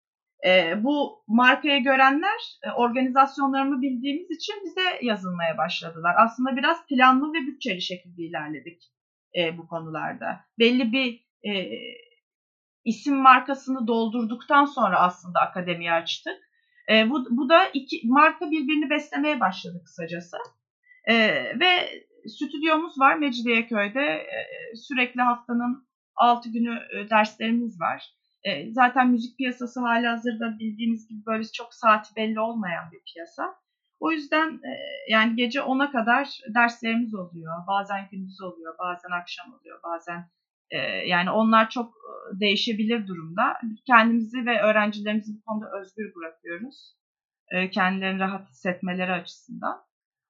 E, bu markayı görenler e, organizasyonlarını bildiğimiz için bize yazılmaya başladılar. Aslında biraz planlı ve bütçeli şekilde ilerledik e, bu konularda. Belli bir e, isim markasını doldurduktan sonra aslında akademiyi açtık. E, bu, bu da iki marka birbirini beslemeye başladı kısacası. E, ve stüdyomuz var Mecidiyeköy'de. E, sürekli haftanın altı günü e, derslerimiz var. E, zaten müzik piyasası halihazırda bildiğiniz gibi böyle çok saati belli olmayan bir piyasa. O yüzden e, yani gece ona kadar derslerimiz oluyor. Bazen gündüz oluyor, bazen akşam oluyor, bazen e, yani onlar çok e, değişebilir durumda. Kendimizi ve öğrencilerimizi bu konuda özgür bırakıyoruz. E, kendilerini rahat hissetmeleri açısından.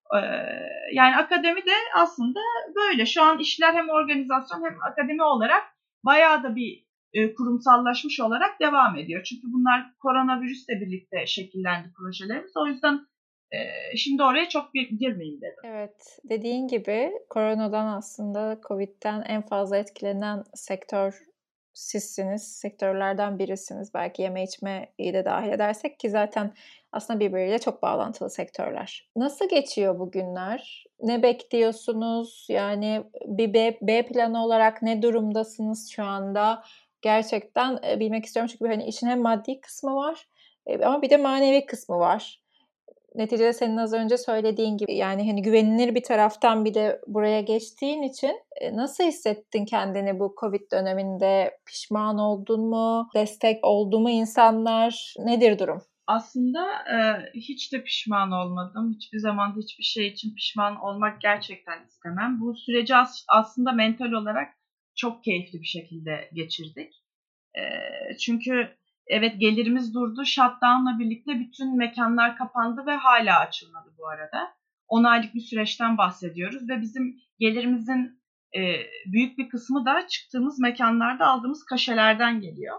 Yani akademi de aslında böyle. Şu an işler hem organizasyon hem akademi olarak bayağı da bir e, kurumsallaşmış olarak devam ediyor. Çünkü bunlar koronavirüsle birlikte şekillendi projelerimiz. O yüzden e, şimdi oraya çok bir girmeyeyim dedim. Evet, dediğin gibi koronadan aslında Covid'den en fazla etkilenen sektör sizsiniz. Sektörlerden birisiniz. Belki yeme içmeyi de dahil edersek ki zaten aslında birbiriyle çok bağlantılı sektörler. Nasıl geçiyor bu günler? Ne bekliyorsunuz? Yani bir B, B planı olarak ne durumdasınız şu anda? Gerçekten e, bilmek istiyorum çünkü hani işin hem maddi kısmı var e, ama bir de manevi kısmı var. Neticede senin az önce söylediğin gibi yani hani güvenilir bir taraftan bir de buraya geçtiğin için e, nasıl hissettin kendini bu Covid döneminde? Pişman oldun mu? Destek oldu mu insanlar? Nedir durum? Aslında e, hiç de pişman olmadım. Hiçbir zaman da hiçbir şey için pişman olmak gerçekten istemem. Bu süreci as- aslında mental olarak çok keyifli bir şekilde geçirdik. E, çünkü evet gelirimiz durdu. Shutdown'la birlikte bütün mekanlar kapandı ve hala açılmadı bu arada. on aylık bir süreçten bahsediyoruz ve bizim gelirimizin e, büyük bir kısmı da çıktığımız mekanlarda aldığımız kaşelerden geliyor.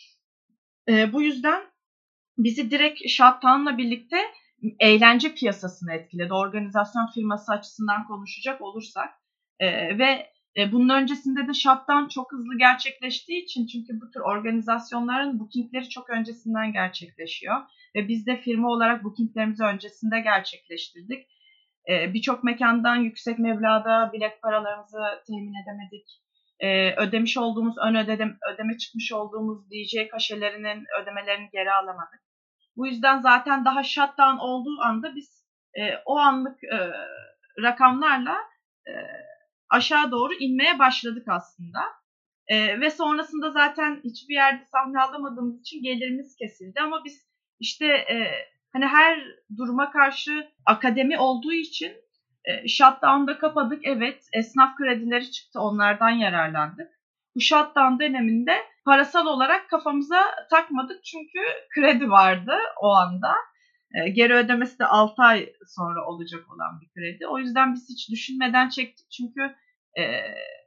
E, bu yüzden bizi direkt shutdown'la birlikte eğlence piyasasını etkiledi. Organizasyon firması açısından konuşacak olursak. E, ve e, bunun öncesinde de shutdown çok hızlı gerçekleştiği için çünkü bu tür organizasyonların bookingleri çok öncesinden gerçekleşiyor. Ve biz de firma olarak bookinglerimizi öncesinde gerçekleştirdik. E, Birçok mekandan yüksek meblağda bilet paralarımızı temin edemedik. E, ödemiş olduğumuz, ön ödeme, ödeme çıkmış olduğumuz D J kaşelerinin ödemelerini geri alamadık. Bu yüzden zaten daha shutdown olduğu anda biz e, o anlık e, rakamlarla e, aşağı doğru inmeye başladık aslında. E, ve sonrasında zaten hiçbir yerde sahne alamadığımız için gelirimiz kesildi. Ama biz işte e, hani her duruma karşı akademi olduğu için e, shutdown'da kapadık. Evet, esnaf kredileri çıktı, onlardan yararlandık. Bu shutdown döneminde parasal olarak kafamıza takmadık çünkü kredi vardı o anda. E, geri ödemesi de altı ay sonra olacak olan bir kredi. O yüzden biz hiç düşünmeden çektik çünkü e,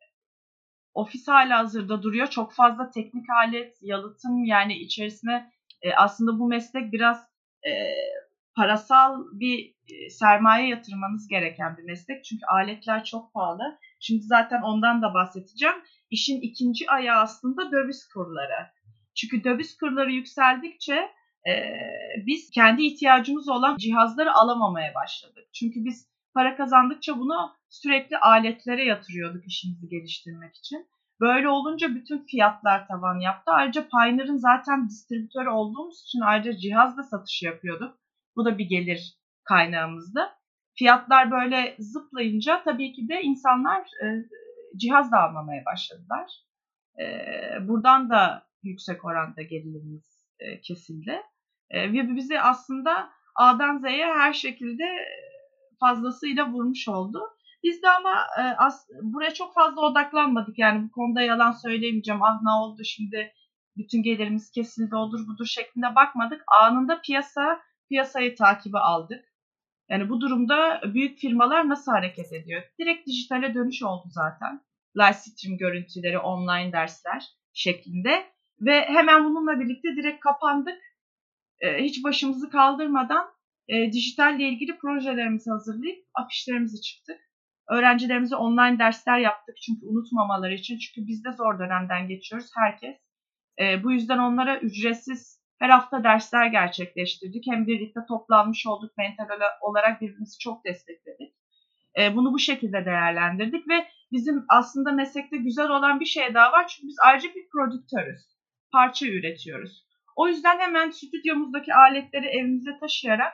ofis halihazırda duruyor. Çok fazla teknik alet, yalıtım yani içerisine e, aslında bu meslek biraz e, parasal bir e, sermaye yatırmanız gereken bir meslek. Çünkü aletler çok pahalı. Şimdi zaten ondan da bahsedeceğim. İşin ikinci ayağı aslında döviz kurları. Çünkü döviz kurları yükseldikçe e, biz kendi ihtiyacımız olan cihazları alamamaya başladık. Çünkü biz para kazandıkça bunu sürekli aletlere yatırıyorduk işimizi geliştirmek için. Böyle olunca bütün fiyatlar tavan yaptı. Ayrıca Pioneer'ın zaten distribütörü olduğumuz için ayrıca cihaz da satışı yapıyorduk. Bu da bir gelir kaynağımızdı. Fiyatlar böyle zıplayınca tabii ki de insanlar e, cihaz da almamaya başladılar. E, buradan da yüksek oranda gelirimiz e, kesildi. E, ve bizi aslında A'dan Z'ye her şekilde fazlasıyla vurmuş oldu. Biz de ama e, as, buraya çok fazla odaklanmadık. Yani bu konuda yalan söyleyemeyeceğim. Ah ne oldu şimdi bütün gelirimiz kesildi, odur budur şeklinde bakmadık. Anında piyasa piyasayı takibe aldık. Yani bu durumda büyük firmalar nasıl hareket ediyor? Direkt dijitale dönüş oldu zaten. Live stream görüntüleri, online dersler şeklinde. Ve hemen bununla birlikte direkt kapandık. Ee, hiç başımızı kaldırmadan e, dijitalle ilgili projelerimizi hazırlayıp afişlerimizi çıktık. Öğrencilerimize online dersler yaptık çünkü unutmamaları için. Çünkü biz de zor dönemden geçiyoruz herkes. E, bu yüzden onlara ücretsiz her hafta dersler gerçekleştirdik. Hem birlikte toplanmış olduk, mental olarak birbirimizi çok destekledik. E, bunu bu şekilde değerlendirdik ve bizim aslında meslekte güzel olan bir şey daha var. Çünkü biz ayrıca bir prodüktörüz. Parça üretiyoruz. O yüzden hemen stüdyomuzdaki aletleri evimize taşıyarak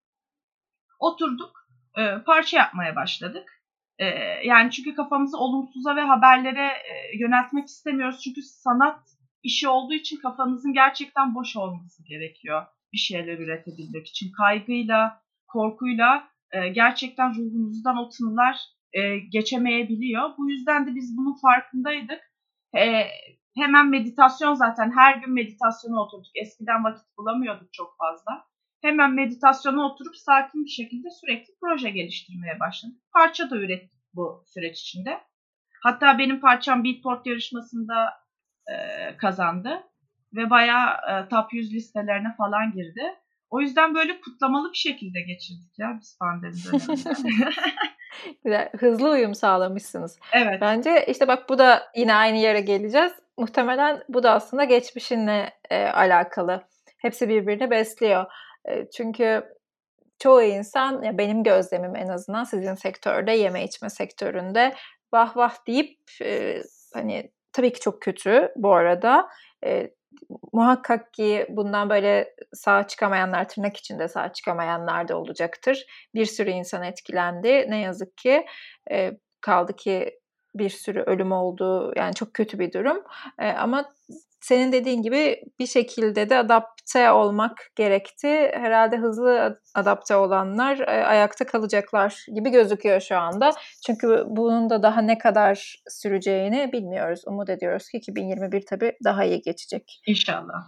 oturduk, e, parça yapmaya başladık. E, yani çünkü kafamızı olumsuza ve haberlere e, yöneltmek istemiyoruz. Çünkü sanat işi olduğu için kafanızın gerçekten boş olması gerekiyor bir şeyler üretebilmek için. Kaygıyla, korkuyla e, gerçekten ruhunuzdan o tınılar e, geçemeyebiliyor. Bu yüzden de biz bunun farkındaydık. E, hemen meditasyon, zaten her gün meditasyona oturduk. Eskiden vakit bulamıyorduk çok fazla. Hemen meditasyona oturup sakin bir şekilde sürekli proje geliştirmeye başladık. Parça da ürettik bu süreç içinde. Hatta benim parçam Beatport yarışmasında e, kazandı ve bayağı e, top yüz listelerine falan girdi. O yüzden böyle kutlamalı bir şekilde geçirdik ya biz pandemi döneminde. Güzel, hızlı uyum sağlamışsınız. Evet. Bence işte bak, bu da yine aynı yere geleceğiz. Muhtemelen bu da aslında geçmişinle e, alakalı. Hepsi birbirini besliyor. E, çünkü çoğu insan, ya benim gözlemim en azından sizin sektörde, yeme içme sektöründe vah vah deyip e, hani tabii ki çok kötü bu arada. E, muhakkak ki bundan böyle sağ çıkamayanlar, tırnak içinde sağ çıkamayanlar da olacaktır. Bir sürü insan etkilendi ne yazık ki. E, kaldı ki bir sürü ölüm oldu. Yani çok kötü bir durum. E, ama senin dediğin gibi bir şekilde de adapte olmak gerekti. Herhalde hızlı adapte olanlar e, ayakta kalacaklar gibi gözüküyor şu anda. Çünkü bunun da daha ne kadar süreceğini bilmiyoruz. Umut ediyoruz ki iki bin yirmi bir tabii daha iyi geçecek. İnşallah.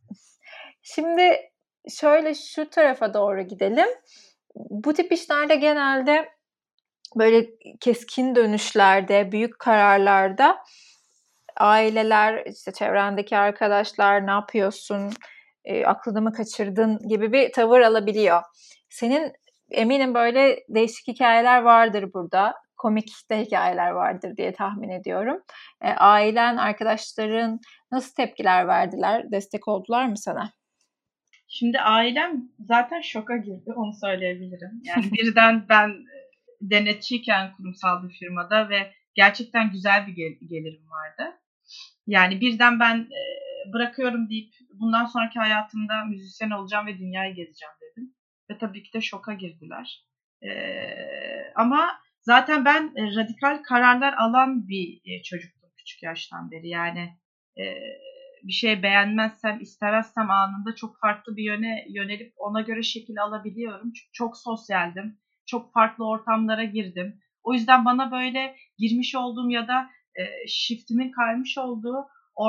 Şimdi şöyle şu tarafa doğru gidelim. Bu tip işlerde genelde böyle keskin dönüşlerde, büyük kararlarda aileler, işte çevrendeki arkadaşlar, ne yapıyorsun, e, aklını mı kaçırdın gibi bir tavır alabiliyor. Senin eminim böyle değişik hikayeler vardır burada. Komik de hikayeler vardır diye tahmin ediyorum. E, ailen, arkadaşların nasıl tepkiler verdiler? Destek oldular mı sana? Şimdi ailem zaten şoka girdi, onu söyleyebilirim. Yani birden ben denetçiyken kurumsal bir firmada ve gerçekten güzel bir gel- gelirim vardı. Yani birden ben e, bırakıyorum deyip bundan sonraki hayatımda müzisyen olacağım ve dünyayı gezeceğim dedim. Ve tabii ki de şoka girdiler. E, ama zaten ben e, radikal kararlar alan bir e, çocuktum küçük yaştan beri. Yani e, bir şey beğenmezsem, istemezsem anında çok farklı bir yöne yönelip ona göre şekil alabiliyorum. Çünkü çok sosyaldim. Çok farklı ortamlara girdim. O yüzden bana böyle girmiş olduğum ya da e, shiftimin kaymış olduğu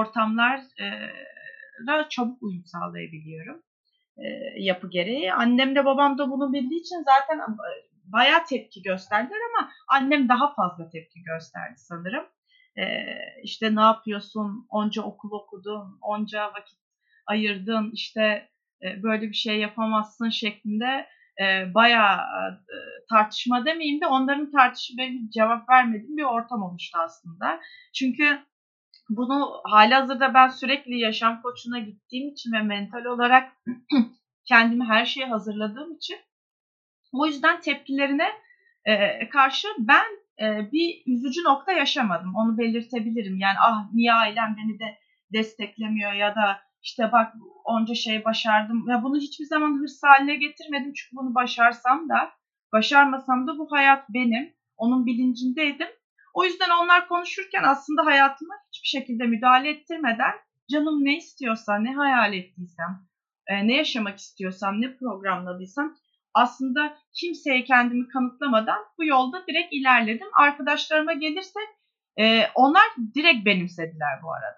ortamlara çabuk uyum sağlayabiliyorum e, yapı gereği. Annem de babam da bunu bildiği için zaten bayağı tepki gösterdiler ama annem daha fazla tepki gösterdi sanırım. E, işte ne yapıyorsun, onca okul okudun, onca vakit ayırdın, işte e, böyle bir şey yapamazsın şeklinde e, bayağı e, tartışma demeyeyim de onların tartışmaya cevap vermediğim bir ortam oluştu aslında. Çünkü bunu halihazırda ben sürekli yaşam koçuna gittiğim için ve mental olarak kendimi her şeye hazırladığım için o yüzden tepkilerine e, karşı ben e, bir üzücü nokta yaşamadım. Onu belirtebilirim. Yani ah niye ailem beni de desteklemiyor ya da işte bak onca şey başardım. Ya bunu hiçbir zaman hırs haline getirmedim. Çünkü bunu başarsam da başarmasam da bu hayat benim. Onun bilincindeydim. O yüzden onlar konuşurken aslında hayatıma hiçbir şekilde müdahale ettirmeden canım ne istiyorsa, ne hayal ettiysem, ne yaşamak istiyorsam, ne programladıysam aslında kimseye kendimi kanıtlamadan bu yolda direkt ilerledim. Arkadaşlarıma gelirsek e, onlar direkt benimsediler bu arada.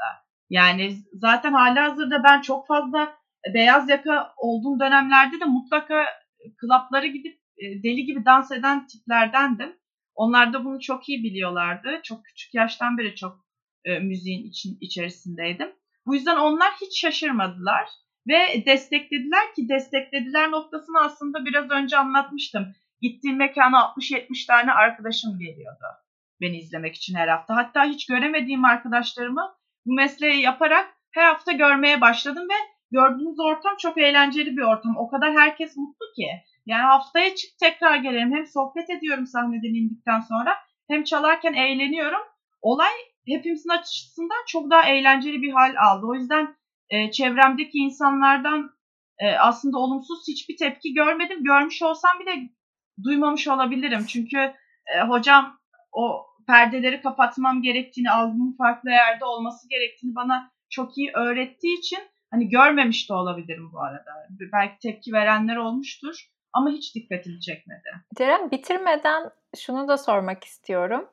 Yani zaten halihazırda ben çok fazla beyaz yaka olduğum dönemlerde de mutlaka klaplara gidip deli gibi dans eden tiplerdendim. Onlar da bunu çok iyi biliyorlardı. Çok küçük yaştan beri çok e, müziğin için, içerisindeydim. Bu yüzden onlar hiç şaşırmadılar ve desteklediler ki desteklediler noktasını aslında biraz önce anlatmıştım. Gittiğim mekana altmış yetmiş tane arkadaşım geliyordu beni izlemek için her hafta. Hatta hiç göremediğim arkadaşlarımı bu mesleği yaparak her hafta görmeye başladım ve gördüğünüz ortam çok eğlenceli bir ortam. O kadar herkes mutlu ki. Yani haftaya çık tekrar gelirim. Hem sohbet ediyorum sahneden indikten sonra hem çalarken eğleniyorum. Olay hepimizin açısından çok daha eğlenceli bir hal aldı. O yüzden e, çevremdeki insanlardan e, aslında olumsuz hiçbir tepki görmedim. Görmüş olsam bile duymamış olabilirim. Çünkü e, hocam o perdeleri kapatmam gerektiğini, algımın farklı yerde olması gerektiğini bana çok iyi öğrettiği için hani görmemiş de olabilirim bu arada. Belki tepki verenler olmuştur ama hiç dikkatimi çekmedi. Ceren, bitirmeden şunu da sormak istiyorum.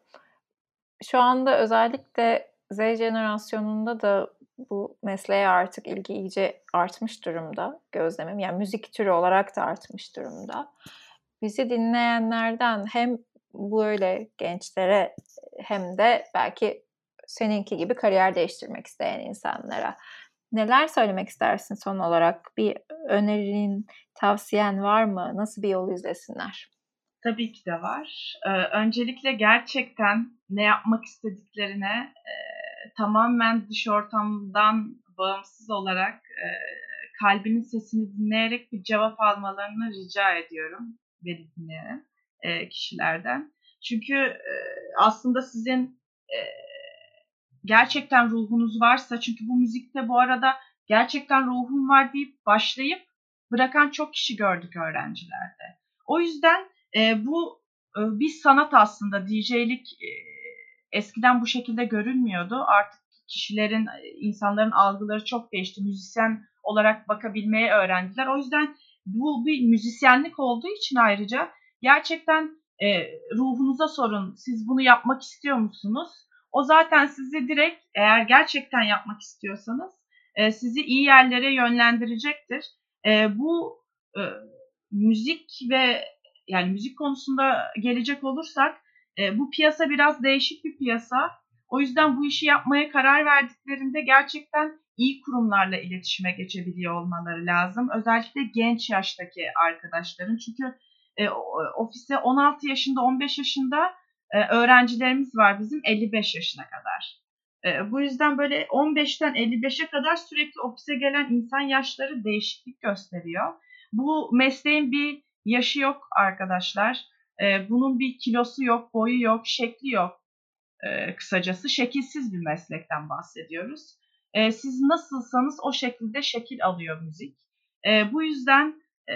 Şu anda özellikle Z jenerasyonunda da bu mesleğe artık ilgi iyice artmış durumda gözlemim. Yani müzik türü olarak da artmış durumda. Bizi dinleyenlerden hem böyle gençlere hem de belki seninki gibi kariyer değiştirmek isteyen insanlara neler söylemek istersin son olarak? Bir önerin, tavsiyen var mı? Nasıl bir yol izlesinler? Tabii ki de var. Ee, öncelikle gerçekten ne yapmak istediklerine e, tamamen dış ortamdan bağımsız olarak e, kalbinin sesini dinleyerek bir cevap almalarını rica ediyorum beni dinleyen e, kişilerden. Çünkü e, aslında sizin e, gerçekten ruhunuz varsa, çünkü bu müzikte bu arada gerçekten ruhum var deyip başlayıp bırakan çok kişi gördük öğrencilerde. O yüzden e, bu e, bir sanat aslında. D J'lik e, eskiden bu şekilde görünmüyordu. Artık kişilerin, insanların algıları çok değişti. Müzisyen olarak bakabilmeye öğrendiler. O yüzden bu bir müzisyenlik olduğu için ayrıca gerçekten e, ruhunuza sorun. Siz bunu yapmak istiyor musunuz? O zaten sizi direkt, eğer gerçekten yapmak istiyorsanız e, sizi iyi yerlere yönlendirecektir. E, bu e, müzik ve yani müzik konusunda gelecek olursak e, bu piyasa biraz değişik bir piyasa. O yüzden bu işi yapmaya karar verdiklerinde gerçekten iyi kurumlarla iletişime geçebiliyor olmaları lazım. Özellikle genç yaştaki arkadaşların. Çünkü e, ofise on altı yaşında, on beş yaşında e, öğrencilerimiz var bizim elli beş yaşına kadar. E, bu yüzden böyle on beşten elli beşe kadar sürekli ofise gelen insan yaşları değişiklik gösteriyor. Bu mesleğin bir yaşı yok arkadaşlar. E, bunun bir kilosu yok, boyu yok, şekli yok. E, kısacası şekilsiz bir meslekten bahsediyoruz. E, siz nasılsanız o şekilde şekil alıyor müzik. E, bu yüzden e,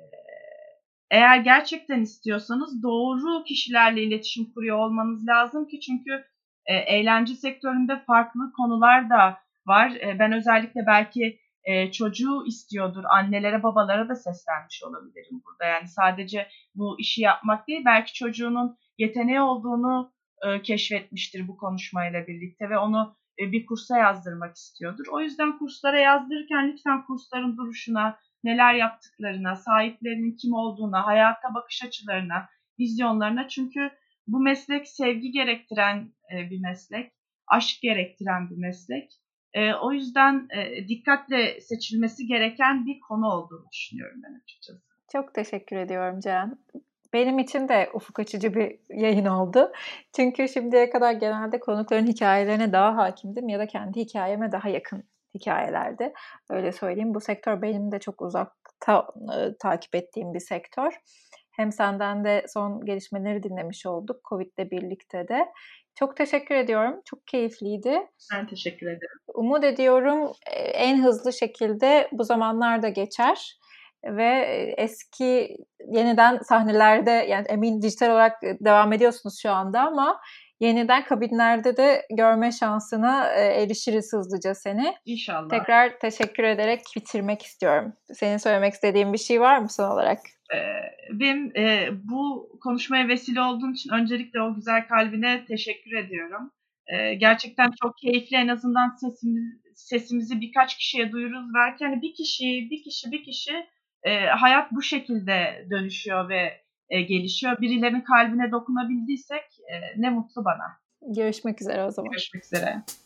eğer gerçekten istiyorsanız doğru kişilerle iletişim kuruyor olmanız lazım ki, çünkü e, eğlence sektöründe farklı konular da var. E, ben özellikle belki e, çocuğu istiyordur, annelere, babalara da seslenmiş olabilirim burada. Yani sadece bu işi yapmak değil, belki çocuğunun yeteneği olduğunu e, keşfetmiştir bu konuşmayla birlikte ve onu e, bir kursa yazdırmak istiyordur. O yüzden kurslara yazdırırken lütfen kursların duruşuna, neler yaptıklarına, sahiplerinin kim olduğuna, hayata bakış açılarına, vizyonlarına. Çünkü bu meslek sevgi gerektiren e, bir meslek, aşk gerektiren bir meslek. E, o yüzden e, dikkatle seçilmesi gereken bir konu olduğunu düşünüyorum ben açıkçası. Çok teşekkür ediyorum Ceren. Benim için de ufuk açıcı bir yayın oldu. Çünkü şimdiye kadar genelde konukların hikayelerine daha hakimdim ya da kendi hikayeme daha yakın hikayelerdi. Öyle söyleyeyim. Bu sektör benim de çok uzakta e, takip ettiğim bir sektör. Hem senden de son gelişmeleri dinlemiş olduk Covid'le birlikte de. Çok teşekkür ediyorum. Çok keyifliydi. Ben teşekkür ederim. Umut ediyorum en hızlı şekilde bu zamanlar da geçer ve eski yeniden sahnelerde, yani emin dijital olarak devam ediyorsunuz şu anda ama yeniden kabinlerde de görme şansına erişiriz hızlıca seni. İnşallah. Tekrar teşekkür ederek bitirmek istiyorum. Senin söylemek istediğin bir şey var mı son olarak? Benim e, bu konuşmaya vesile olduğun için öncelikle o güzel kalbine teşekkür ediyorum. E, gerçekten çok keyifli, en azından sesimiz, sesimizi birkaç kişiye duyururuz belki. Hani bir kişi, bir kişi, bir kişi e, hayat bu şekilde dönüşüyor ve e, gelişiyor. Birilerinin kalbine dokunabildiysek e, ne mutlu bana. Görüşmek üzere o zaman. Görüşmek üzere.